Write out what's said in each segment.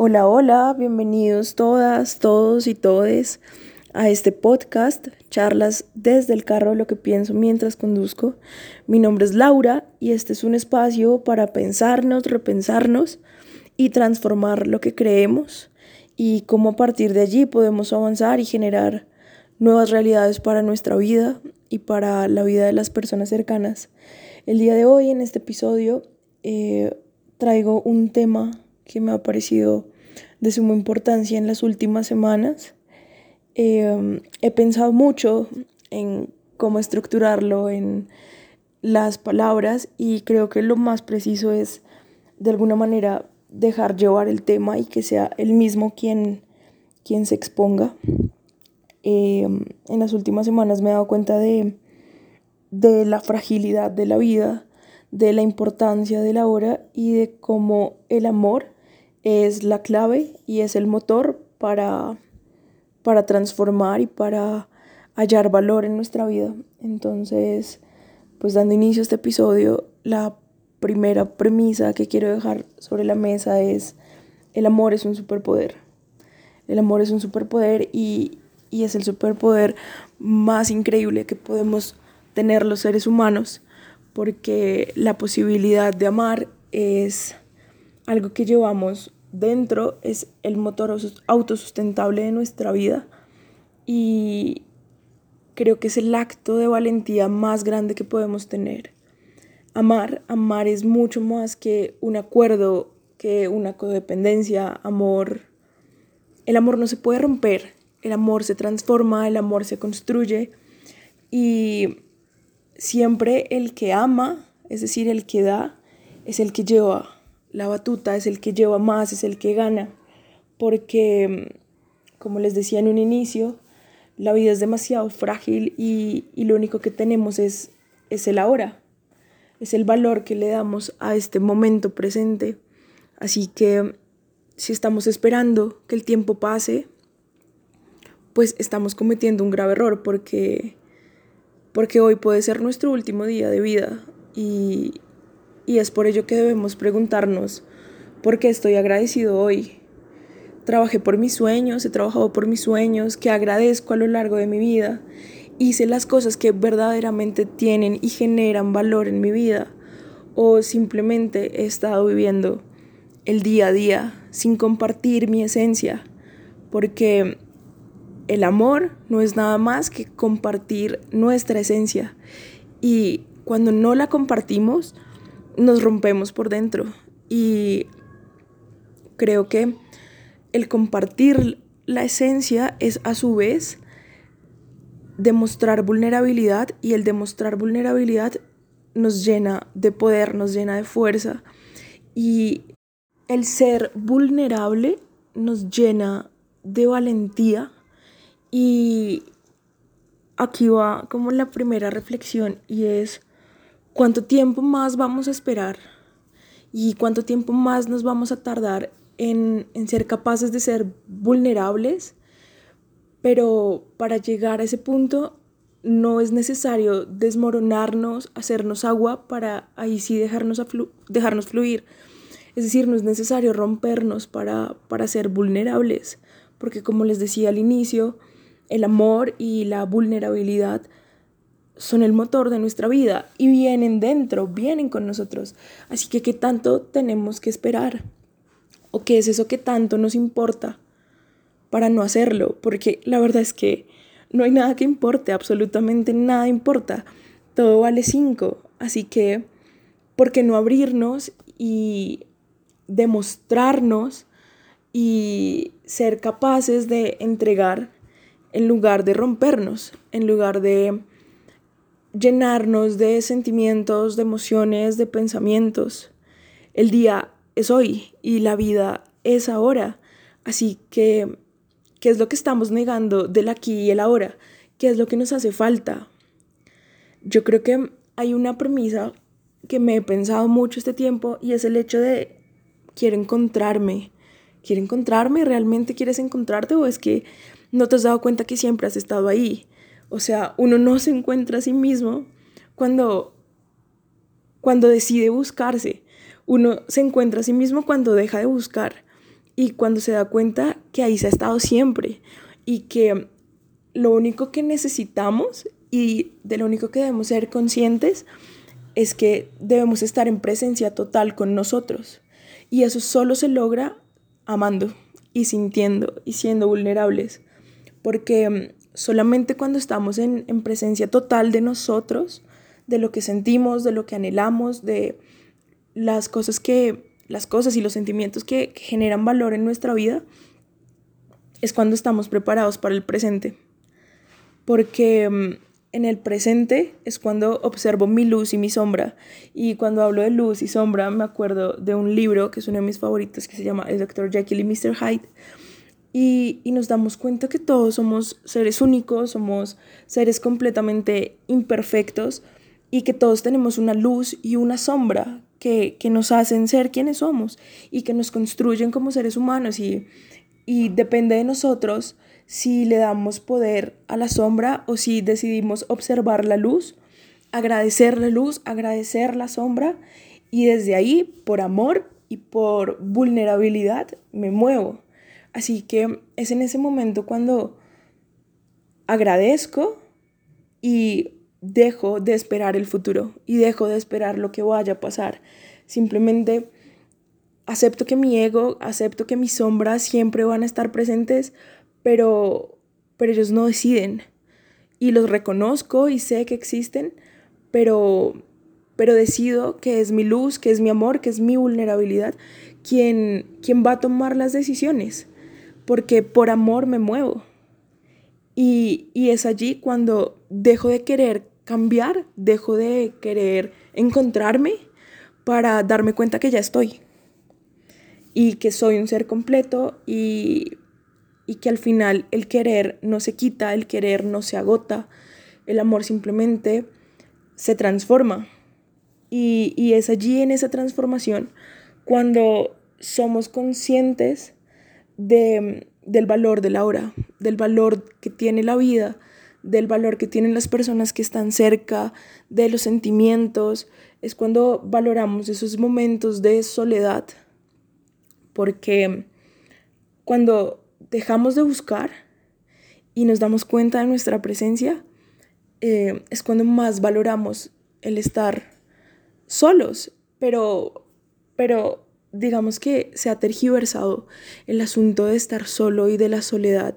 Hola, hola, bienvenidos todas, todos y todes a este podcast, charlas desde el carro, lo que pienso mientras conduzco. Mi nombre es Laura y este es un espacio para pensarnos, repensarnos y transformar lo que creemos y cómo a partir de allí podemos avanzar y generar nuevas realidades para nuestra vida y para la vida de las personas cercanas. El día de hoy, en este episodio, traigo un tema que me ha parecido de suma importancia en las últimas semanas. He pensado mucho en cómo estructurarlo en las palabras y creo que lo más preciso es de alguna manera dejar llevar el tema y que sea él mismo quien se exponga. En las últimas semanas me he dado cuenta de la fragilidad de la vida, de la importancia de la hora y de cómo el amor es la clave y es el motor para transformar y para hallar valor en nuestra vida. Entonces, pues dando inicio a este episodio, la primera premisa que quiero dejar sobre la mesa es: el amor es un superpoder. El amor es un superpoder y es el superpoder más increíble que podemos tener los seres humanos, porque la posibilidad de amar es algo que llevamos dentro, es el motor autosustentable de nuestra vida y creo que es el acto de valentía más grande que podemos tener. Amar es mucho más que un acuerdo, que una codependencia. El amor no se puede romper, el amor se transforma, el amor se construye y siempre el que ama, es decir, el que da, es el que lleva la batuta, es el que lleva más, es el que gana, porque, como les decía en un inicio, la vida es demasiado frágil y lo único que tenemos es el ahora, es el valor que le damos a este momento presente. Así que si estamos esperando que el tiempo pase, pues estamos cometiendo un grave error porque hoy puede ser nuestro último día de vida y es por ello que debemos preguntarnos por qué estoy agradecido hoy. Trabajé por mis sueños, he trabajado por mis sueños, que agradezco a lo largo de mi vida. Hice las cosas que verdaderamente tienen y generan valor en mi vida, o simplemente he estado viviendo el día a día sin compartir mi esencia, porque el amor no es nada más que compartir nuestra esencia y cuando no la compartimos nos rompemos por dentro y creo que el compartir la esencia es a su vez demostrar vulnerabilidad y el demostrar vulnerabilidad nos llena de poder, nos llena de fuerza y el ser vulnerable nos llena de valentía. Y aquí va como la primera reflexión y es: ¿cuánto tiempo más vamos a esperar? ¿Y cuánto tiempo más nos vamos a tardar en ser capaces de ser vulnerables? Pero para llegar a ese punto no es necesario desmoronarnos, hacernos agua para ahí sí dejarnos fluir. Es decir, no es necesario rompernos para ser vulnerables, porque como les decía al inicio, el amor y la vulnerabilidad son el motor de nuestra vida y vienen dentro, vienen con nosotros. Así que, ¿qué tanto tenemos que esperar? ¿O qué es eso que tanto nos importa para no hacerlo? Porque la verdad es que no hay nada que importe, absolutamente nada importa. Todo vale 5. Así que, ¿por qué no abrirnos y demostrarnos y ser capaces de entregar en lugar de rompernos, en lugar de llenarnos de sentimientos, de emociones, de pensamientos? El día es hoy y la vida es ahora. Así que, ¿qué es lo que estamos negando del aquí y el ahora? ¿Qué es lo que nos hace falta? Yo creo que hay una premisa que me he pensado mucho este tiempo y es el hecho de: quiero encontrarme. ¿Quiero encontrarme? ¿Realmente quieres encontrarte o es que no te has dado cuenta que siempre has estado ahí? O sea, uno no se encuentra a sí mismo cuando, cuando decide buscarse. Uno se encuentra a sí mismo cuando deja de buscar. y cuando se da cuenta que ahí se ha estado siempre y que lo único que necesitamos y de lo único que debemos ser conscientes es que debemos estar en presencia total con nosotros. Y eso solo se logra amando y sintiendo y siendo vulnerables. Porque solamente cuando estamos en presencia total de nosotros, de lo que sentimos, de lo que anhelamos, de las cosas y los sentimientos que generan valor en nuestra vida, es cuando estamos preparados para el presente. Porque en el presente es cuando observo mi luz y mi sombra. Y cuando hablo de luz y sombra me acuerdo de un libro que es uno de mis favoritos que se llama El Dr. Jekyll y Mr. Hyde. Y nos damos cuenta que todos somos seres únicos, somos seres completamente imperfectos y que todos tenemos una luz y una sombra que nos hacen ser quienes somos y que nos construyen como seres humanos y depende de nosotros si le damos poder a la sombra o si decidimos observar la luz, agradecer la luz, agradecer la sombra y desde ahí, por amor y por vulnerabilidad, me muevo. Así que es en ese momento cuando agradezco y dejo de esperar el futuro y dejo de esperar lo que vaya a pasar. Simplemente acepto que mi ego, acepto que mis sombras siempre van a estar presentes, pero ellos no deciden. Y los reconozco y sé que existen, pero decido que es mi luz, que es mi amor, que es mi vulnerabilidad quien va a tomar las decisiones, porque por amor me muevo. Y es allí cuando dejo de querer cambiar, dejo de querer encontrarme para darme cuenta que ya estoy y que soy un ser completo y que al final el querer no se quita, el querer no se agota, el amor simplemente se transforma. Y es allí en esa transformación cuando somos conscientes del valor de la hora, del valor que tiene la vida, del valor que tienen las personas que están cerca, de los sentimientos. Es cuando valoramos esos momentos de soledad, porque cuando dejamos de buscar y nos damos cuenta de nuestra presencia, es cuando más valoramos el estar solos, pero digamos que se ha tergiversado el asunto de estar solo y de la soledad,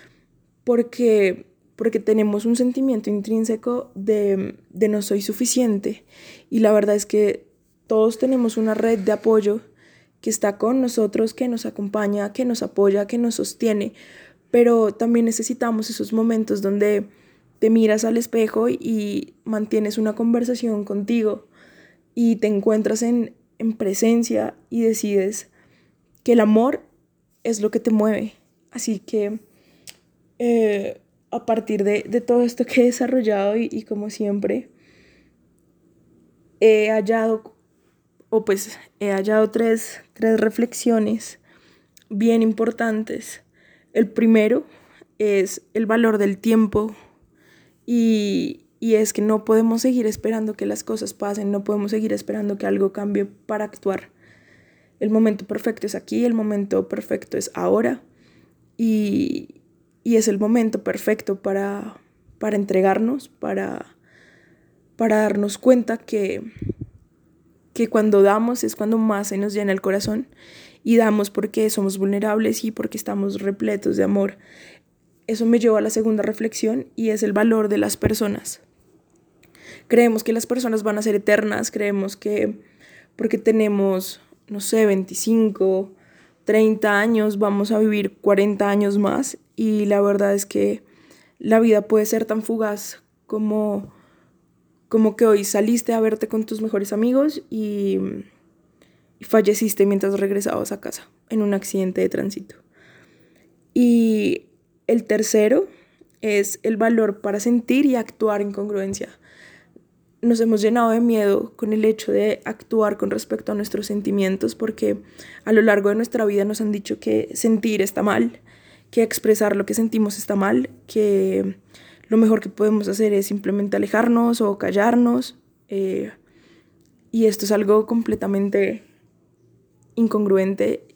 porque tenemos un sentimiento intrínseco de no soy suficiente, y la verdad es que todos tenemos una red de apoyo que está con nosotros, que nos acompaña, que nos apoya, que nos sostiene, pero también necesitamos esos momentos donde te miras al espejo y mantienes una conversación contigo y te encuentras en presencia y decides que el amor es lo que te mueve. Así que a partir de todo esto que he desarrollado y como siempre he hallado tres reflexiones bien importantes. El primero es el valor del tiempo y es que no podemos seguir esperando que las cosas pasen, no podemos seguir esperando que algo cambie para actuar. El momento perfecto es aquí, el momento perfecto es ahora y es el momento perfecto para entregarnos, para darnos cuenta que cuando damos es cuando más se nos llena el corazón y damos porque somos vulnerables y porque estamos repletos de amor. Eso me lleva a la segunda reflexión y es el valor de las personas. Creemos que las personas van a ser eternas, creemos que porque tenemos, 25, 30 años, vamos a vivir 40 años más y la verdad es que la vida puede ser tan fugaz como que hoy saliste a verte con tus mejores amigos y falleciste mientras regresabas a casa en un accidente de tránsito. Y el tercero es el valor para sentir y actuar en congruencia. Nos hemos llenado de miedo con el hecho de actuar con respecto a nuestros sentimientos porque a lo largo de nuestra vida nos han dicho que sentir está mal, que expresar lo que sentimos está mal, que lo mejor que podemos hacer es simplemente alejarnos o callarnos. Y esto es algo completamente incongruente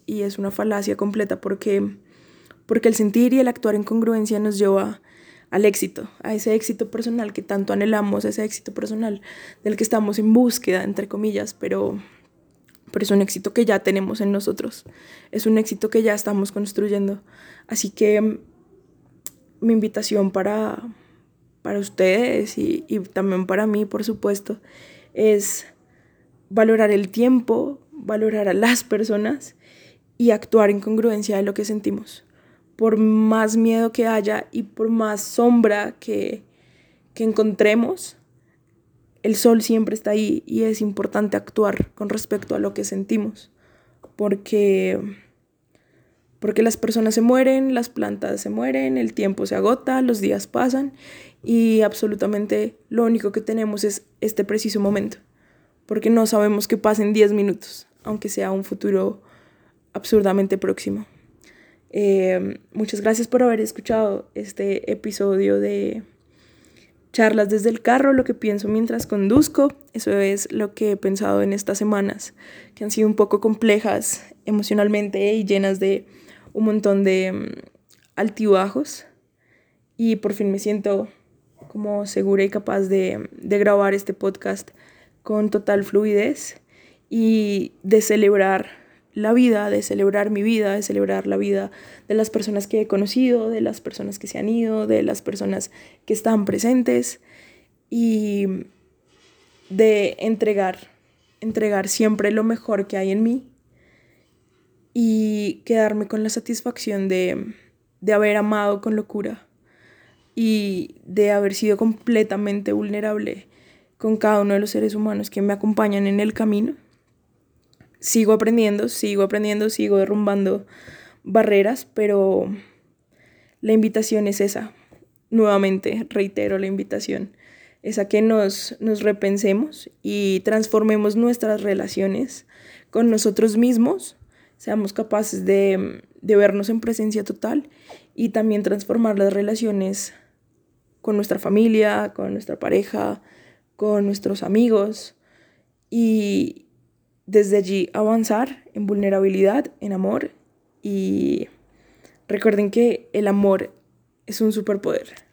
y es una falacia completa porque el sentir y el actuar en congruencia nos lleva al éxito, a ese éxito personal que tanto anhelamos, ese éxito personal del que estamos en búsqueda, entre comillas, pero es un éxito que ya tenemos en nosotros, es un éxito que ya estamos construyendo. Así que mi invitación para ustedes y también para mí, por supuesto, es valorar el tiempo, valorar a las personas y actuar en congruencia de lo que sentimos. Por más miedo que haya y por más sombra que encontremos, el sol siempre está ahí y es importante actuar con respecto a lo que sentimos, porque las personas se mueren, las plantas se mueren, el tiempo se agota, los días pasan y absolutamente lo único que tenemos es este preciso momento, porque no sabemos qué pasa en 10 minutos, aunque sea un futuro absurdamente próximo. Muchas gracias por haber escuchado este episodio de Charlas desde el carro, lo que pienso mientras conduzco. Eso es lo que he pensado en estas semanas, que han sido un poco complejas emocionalmente y llenas de un montón de altibajos. Y por fin me siento como segura y capaz de grabar este podcast con total fluidez y de celebrar la vida, de celebrar mi vida, de celebrar la vida de las personas que he conocido, de las personas que se han ido, de las personas que están presentes y de entregar siempre lo mejor que hay en mí y quedarme con la satisfacción de haber amado con locura y de haber sido completamente vulnerable con cada uno de los seres humanos que me acompañan en el camino. Sigo aprendiendo, sigo derrumbando barreras, pero la invitación es esa. Nuevamente, reitero la invitación, es a que nos repensemos y transformemos nuestras relaciones con nosotros mismos, seamos capaces de vernos en presencia total y también transformar las relaciones con nuestra familia, con nuestra pareja, con nuestros amigos y desde allí avanzar en vulnerabilidad, en amor y recuerden que el amor es un superpoder.